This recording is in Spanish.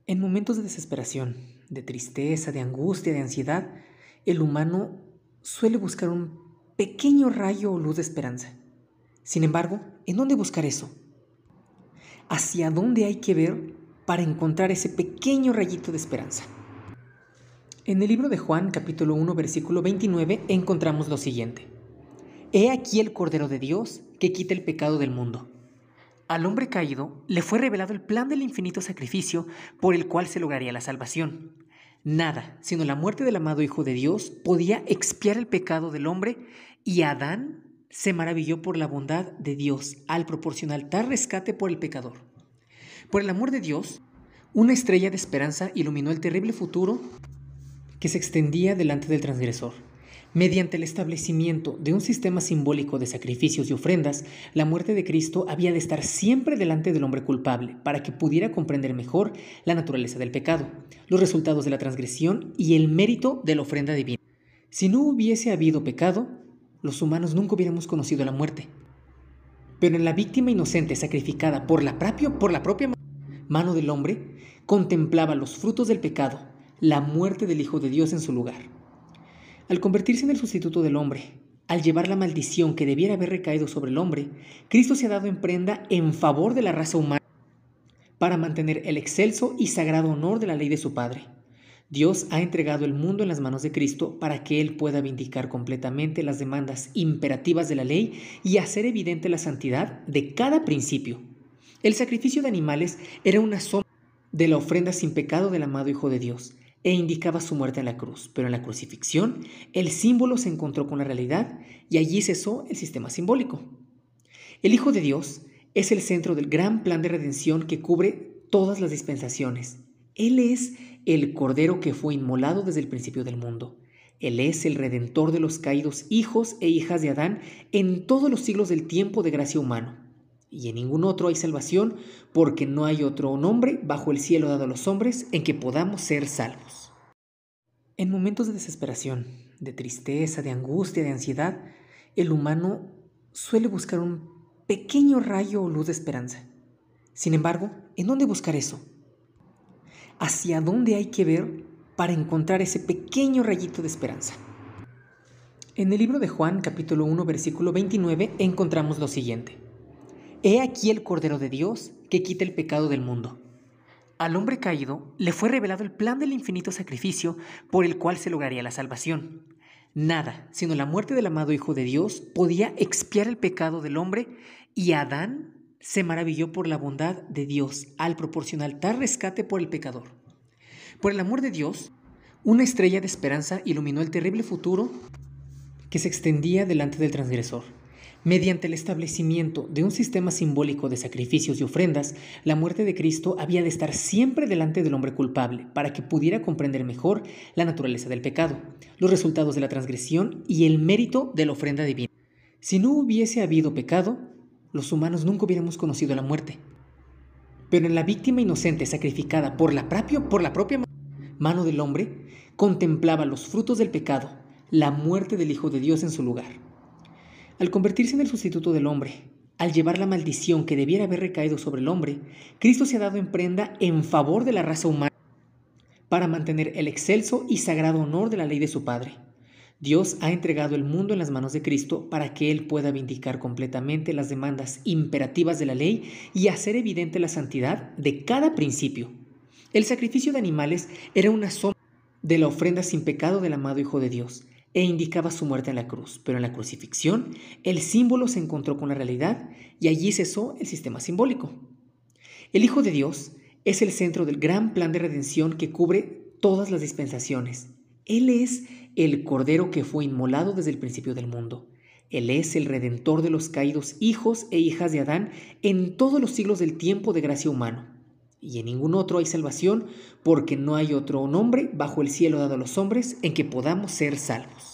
En momentos de desesperación, de tristeza, de angustia, de ansiedad, el humano suele buscar un pequeño rayo o luz de esperanza. Sin embargo, ¿en dónde buscar eso? ¿Hacia dónde hay que ver para encontrar ese pequeño rayito de esperanza? En el libro de Juan, capítulo 1, versículo 29, encontramos lo siguiente. He aquí el Cordero de Dios que quita el pecado del mundo. Al hombre caído le fue revelado el plan del infinito sacrificio por el cual se lograría la salvación. Nada, sino la muerte del amado Hijo de Dios, podía expiar el pecado del hombre, y Adán se maravilló por la bondad de Dios al proporcionar tal rescate por el pecador. Por el amor de Dios, una estrella de esperanza iluminó el terrible futuro que se extendía delante del transgresor. Mediante el establecimiento de un sistema simbólico de sacrificios y ofrendas, la muerte de Cristo había de estar siempre delante del hombre culpable para que pudiera comprender mejor la naturaleza del pecado, los resultados de la transgresión y el mérito de la ofrenda divina. Si no hubiese habido pecado, los humanos nunca hubiéramos conocido la muerte. Pero en la víctima inocente sacrificada por la propia mano del hombre, contemplaba los frutos del pecado, la muerte del Hijo de Dios en su lugar. Al convertirse en el sustituto del hombre, al llevar la maldición que debiera haber recaído sobre el hombre, Cristo se ha dado en prenda en favor de la raza humana para mantener el excelso y sagrado honor de la ley de su Padre. Dios ha entregado el mundo en las manos de Cristo para que Él pueda vindicar completamente las demandas imperativas de la ley y hacer evidente la santidad de cada principio. El sacrificio de animales era una sombra de la ofrenda sin pecado del amado Hijo de Dios, e indicaba su muerte en la cruz, pero en la crucifixión el símbolo se encontró con la realidad y allí cesó el sistema simbólico. El Hijo de Dios es el centro del gran plan de redención que cubre todas las dispensaciones. Él es el Cordero que fue inmolado desde el principio del mundo. Él es el Redentor de los caídos hijos e hijas de Adán en todos los siglos del tiempo de gracia humano. Y en ningún otro hay salvación, porque no hay otro nombre bajo el cielo dado a los hombres en que podamos ser salvos. En momentos de desesperación, de tristeza, de angustia, de ansiedad, el humano suele buscar un pequeño rayo o luz de esperanza. Sin embargo, ¿en dónde buscar eso? ¿Hacia dónde hay que ver para encontrar ese pequeño rayito de esperanza? En el libro de Juan, capítulo 1, versículo 29, encontramos lo siguiente. He aquí el Cordero de Dios que quita el pecado del mundo. Al hombre caído le fue revelado el plan del infinito sacrificio por el cual se lograría la salvación. Nada, sino la muerte del amado Hijo de Dios, podía expiar el pecado del hombre, y Adán se maravilló por la bondad de Dios al proporcionar tal rescate por el pecador. Por el amor de Dios, una estrella de esperanza iluminó el terrible futuro que se extendía delante del transgresor. Mediante el establecimiento de un sistema simbólico de sacrificios y ofrendas, la muerte de Cristo había de estar siempre delante del hombre culpable para que pudiera comprender mejor la naturaleza del pecado, los resultados de la transgresión y el mérito de la ofrenda divina. Si no hubiese habido pecado, los humanos nunca hubiéramos conocido la muerte. Pero en la víctima inocente sacrificada por la propia mano del hombre, contemplaba los frutos del pecado, la muerte del Hijo de Dios en su lugar. Al convertirse en el sustituto del hombre, al llevar la maldición que debiera haber recaído sobre el hombre, Cristo se ha dado en prenda en favor de la raza humana para mantener el excelso y sagrado honor de la ley de su Padre. Dios ha entregado el mundo en las manos de Cristo para que Él pueda vindicar completamente las demandas imperativas de la ley y hacer evidente la santidad de cada principio. El sacrificio de animales era una sombra de la ofrenda sin pecado del amado Hijo de Dios, e indicaba su muerte en la cruz, pero en la crucifixión el símbolo se encontró con la realidad y allí cesó el sistema simbólico. El Hijo de Dios es el centro del gran plan de redención que cubre todas las dispensaciones. Él es el Cordero que fue inmolado desde el principio del mundo. Él es el Redentor de los caídos hijos e hijas de Adán en todos los siglos del tiempo de gracia humano. Y en ningún otro hay salvación, porque no hay otro nombre bajo el cielo dado a los hombres en que podamos ser salvos.